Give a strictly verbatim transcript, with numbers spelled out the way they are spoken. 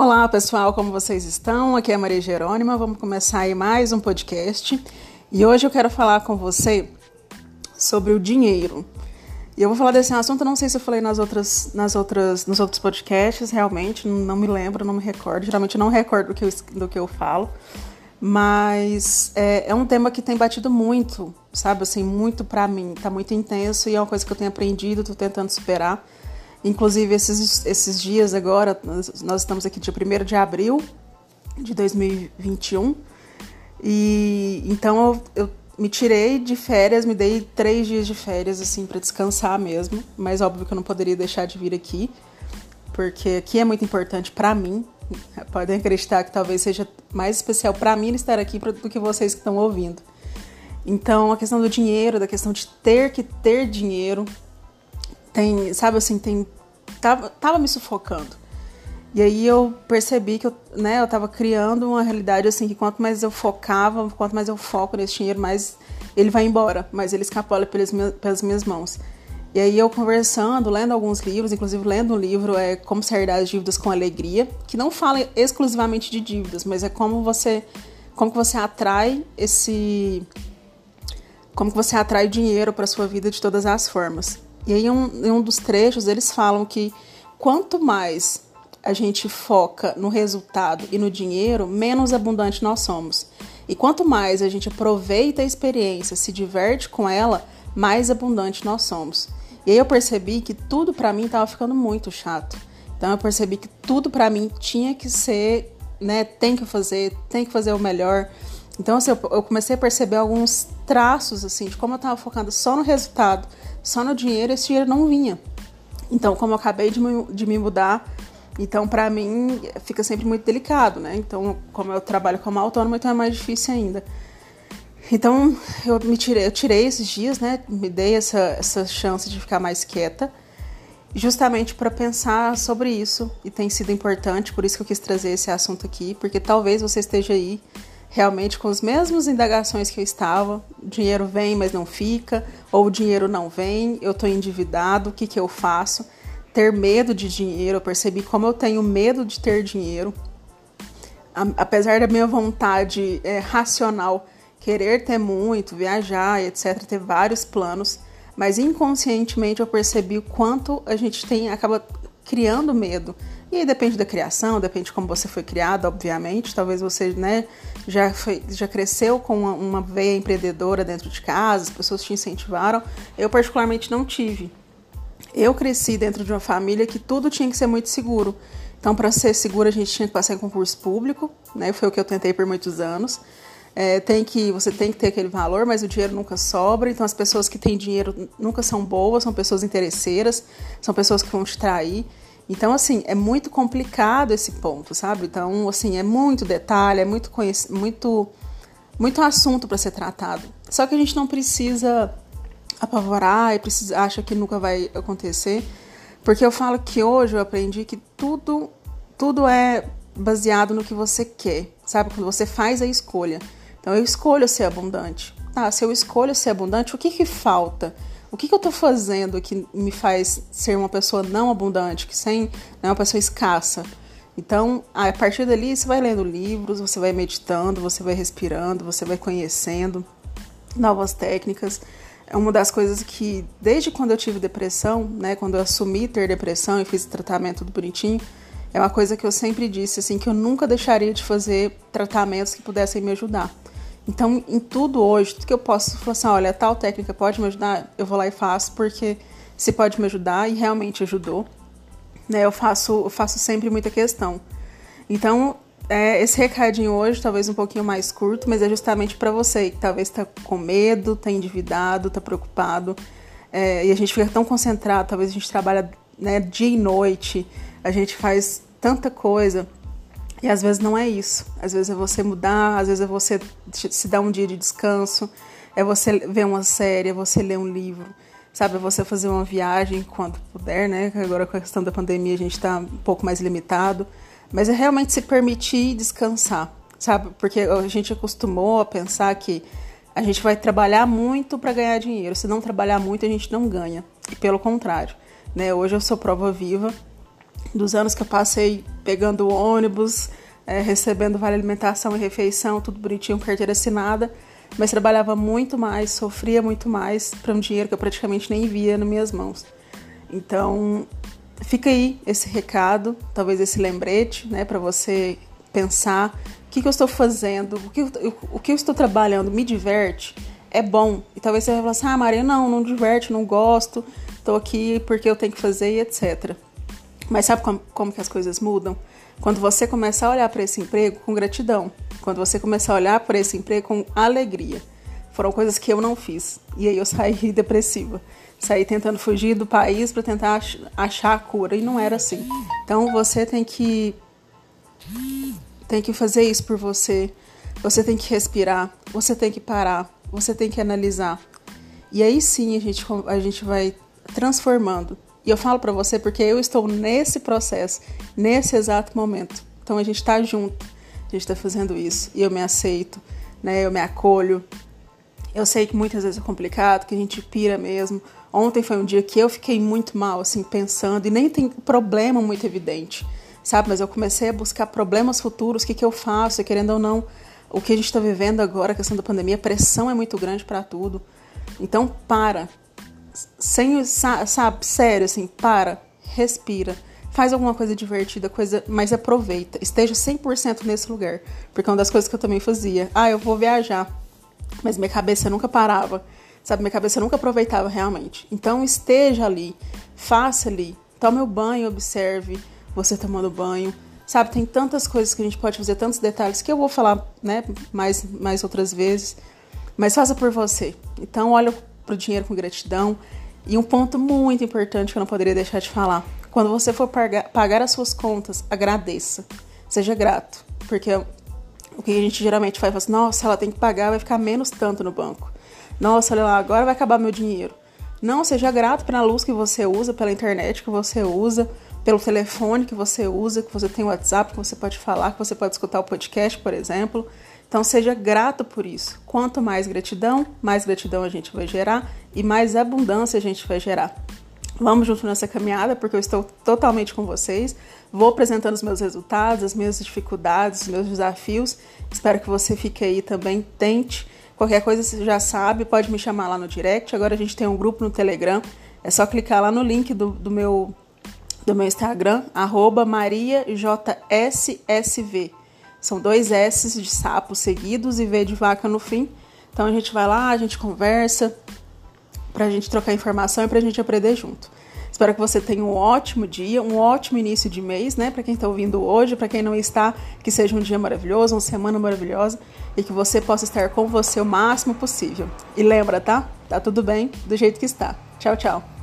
Olá pessoal, como vocês estão? Aqui é a Maria Jerônima, vamos começar aí mais um podcast e hoje eu quero falar com você sobre o dinheiro. E eu vou falar desse assunto, eu não sei se eu falei nas outras, nas outras, nos outros podcasts, realmente, não me lembro, não me recordo, geralmente eu não recordo do que eu, do que eu falo, mas é, é um tema que tem batido muito, sabe, assim, muito pra mim, tá muito intenso e é uma coisa que eu tenho aprendido, tô tentando superar. Inclusive, esses, esses dias agora, nós, nós estamos aqui dia primeiro de abril de dois mil e vinte e um, e então eu, eu me tirei de férias, me dei três dias de férias, assim, para descansar mesmo, mas óbvio que eu não poderia deixar de vir aqui, porque aqui é muito importante para mim, podem acreditar que talvez seja mais especial para mim estar aqui do que vocês que estão ouvindo. Então, a questão do dinheiro, da questão de ter que ter dinheiro, tem, sabe assim, tem, tava, tava me sufocando. E aí eu percebi que eu, né, eu tava criando uma realidade assim, que quanto mais eu focava, quanto mais eu foco nesse dinheiro, mais ele vai embora, mais ele escapola pelas minhas, pelas minhas mãos. E aí eu conversando, lendo alguns livros, inclusive lendo um livro, é Como Sair das Dívidas com Alegria, que não fala exclusivamente de dívidas, mas é como você, como que você atrai esse, como que você atrai dinheiro para sua vida de todas as formas. E aí, um, em um dos trechos, eles falam que quanto mais a gente foca no resultado e no dinheiro, menos abundante nós somos. E quanto mais a gente aproveita a experiência, se diverte com ela, mais abundante nós somos. E aí eu percebi que tudo pra mim estava ficando muito chato. Então eu percebi que tudo pra mim tinha que ser, né, tem que fazer, tem que fazer o melhor. Então assim, eu comecei a perceber alguns traços assim, de como eu estava focando só no resultado, só no dinheiro, esse dinheiro não vinha. Então, como eu acabei de me, de me mudar, então para mim fica sempre muito delicado, né? Então, como eu trabalho como autônoma, então é mais difícil ainda. Então, eu me tirei, eu tirei esses dias, né? Me dei essa, essa chance de ficar mais quieta, justamente para pensar sobre isso, e tem sido importante, por isso que eu quis trazer esse assunto aqui, porque talvez você esteja aí realmente com as mesmas indagações que eu estava, o dinheiro vem, mas não fica, ou o dinheiro não vem, eu estou endividado, o que, que eu faço? Ter medo de dinheiro, eu percebi como eu tenho medo de ter dinheiro, apesar da minha vontade é, racional, querer ter muito, viajar, etcétera, ter vários planos, mas inconscientemente eu percebi o quanto a gente tem, acaba criando medo. E aí depende da criação, depende de como você foi criado, obviamente. Talvez você, né, já, foi, já cresceu com uma, uma veia empreendedora dentro de casa, as pessoas te incentivaram. Eu particularmente não tive. Eu cresci dentro de uma família que tudo tinha que ser muito seguro. Então, para ser seguro, a gente tinha que passar em concurso público, né? Foi o que eu tentei por muitos anos. É, tem que, você tem que ter aquele valor, mas o dinheiro nunca sobra. Então, as pessoas que têm dinheiro nunca são boas, são pessoas interesseiras, são pessoas que vão te trair. Então, assim, é muito complicado esse ponto, sabe? Então, assim, é muito detalhe, é muito, conhec- muito, muito assunto para ser tratado. Só que a gente não precisa apavorar e precisa, acha que nunca vai acontecer. Porque eu falo que hoje eu aprendi que tudo, tudo é baseado no que você quer, sabe? Quando você faz a escolha. Então, eu escolho ser abundante. Tá, se eu escolho ser abundante, o que que falta? O que, que eu estou fazendo que me faz ser uma pessoa não abundante, que sem, né, uma pessoa escassa? Então, a partir dali, você vai lendo livros, você vai meditando, você vai respirando, você vai conhecendo novas técnicas. É uma das coisas que, desde quando eu tive depressão, né, quando eu assumi ter depressão e fiz tratamento do bonitinho, é uma coisa que eu sempre disse, assim, que eu nunca deixaria de fazer tratamentos que pudessem me ajudar. Então, em tudo hoje, tudo que eu posso falar assim, olha, tal técnica pode me ajudar, eu vou lá e faço, porque se pode me ajudar, e realmente ajudou, né, eu faço, eu faço sempre muita questão. Então, é, esse recadinho hoje, talvez um pouquinho mais curto, mas é justamente para você, que talvez está com medo, está endividado, está preocupado, é, e a gente fica tão concentrado, talvez a gente trabalha, né, dia e noite, a gente faz tanta coisa. E às vezes não é isso, às vezes é você mudar, às vezes é você se dar um dia de descanso, é você ver uma série, é você ler um livro, sabe, é você fazer uma viagem quando puder, né, agora com a questão da pandemia a gente está um pouco mais limitado, mas é realmente se permitir descansar, sabe, porque a gente acostumou a pensar que a gente vai trabalhar muito para ganhar dinheiro, se não trabalhar muito a gente não ganha, e pelo contrário, né, hoje eu sou prova viva dos anos que eu passei pegando ônibus, é, recebendo vale alimentação e refeição, tudo bonitinho, carteira assinada, mas trabalhava muito mais, sofria muito mais para um dinheiro que eu praticamente nem via nas minhas mãos. Então, fica aí esse recado, talvez esse lembrete, né, para você pensar o que, que eu estou fazendo, o que, eu, o que eu estou trabalhando me diverte, é bom. E talvez você vai falar assim, ah, Maria, não, não diverte, não gosto, estou aqui porque eu tenho que fazer e etcétera. Mas sabe como, como que as coisas mudam? Quando você começar a olhar para esse emprego com gratidão, quando você começar a olhar para esse emprego com alegria. Foram coisas que eu não fiz. E aí eu saí depressiva. Saí tentando fugir do país para tentar achar a cura. E não era assim. Então você tem que, tem que fazer isso por você. Você tem que respirar. Você tem que parar. Você tem que analisar. E aí sim a gente, a gente vai transformando. E eu falo para você porque eu estou nesse processo, nesse exato momento. Então a gente está junto, a gente está fazendo isso. E eu me aceito, né? Eu me acolho. Eu sei que muitas vezes é complicado, que a gente pira mesmo. Ontem foi um dia que eu fiquei muito mal, assim, pensando. E nem tem problema muito evidente, sabe? Mas eu comecei a buscar problemas futuros, o que, que eu faço, e querendo ou não, o que a gente está vivendo agora, a questão da pandemia, a pressão é muito grande para tudo. Então, para. Sem, sabe, sério, assim, para, respira, faz alguma coisa divertida, coisa, mas aproveita, esteja cem por cento nesse lugar, porque é uma das coisas que eu também fazia, ah, eu vou viajar, mas minha cabeça nunca parava, sabe, minha cabeça nunca aproveitava realmente, então esteja ali, faça ali, tome o banho, observe você tomando banho, sabe, tem tantas coisas que a gente pode fazer, tantos detalhes, que eu vou falar, né, mais, mais outras vezes, mas faça por você, então olha para o dinheiro com gratidão. E um ponto muito importante que eu não poderia deixar de falar. Quando você for pagar, pagar as suas contas, agradeça. Seja grato. Porque o que a gente geralmente faz é assim, nossa, ela tem que pagar, vai ficar menos tanto no banco. Nossa, olha lá, agora vai acabar meu dinheiro. Não, seja grato pela luz que você usa, pela internet que você usa, pelo telefone que você usa, que você tem o WhatsApp, que você pode falar, que você pode escutar o podcast, por exemplo. Então, seja grato por isso. Quanto mais gratidão, mais gratidão a gente vai gerar e mais abundância a gente vai gerar. Vamos junto nessa caminhada, porque eu estou totalmente com vocês. Vou apresentando os meus resultados, as minhas dificuldades, os meus desafios. Espero que você fique aí também, tente. Qualquer coisa você já sabe, pode me chamar lá no direct. Agora a gente tem um grupo no Telegram. É só clicar lá no link do, do, meu, do meu Instagram, arroba mariajssv. São dois S de sapo seguidos e V de vaca no fim. Então a gente vai lá, a gente conversa, pra gente trocar informação e pra gente aprender junto. Espero que você tenha um ótimo dia, um ótimo início de mês, né? Pra quem tá ouvindo hoje, pra quem não está, que seja um dia maravilhoso, uma semana maravilhosa e que você possa estar com você o máximo possível. E lembra, tá? Tá tudo bem do jeito que está. Tchau, tchau.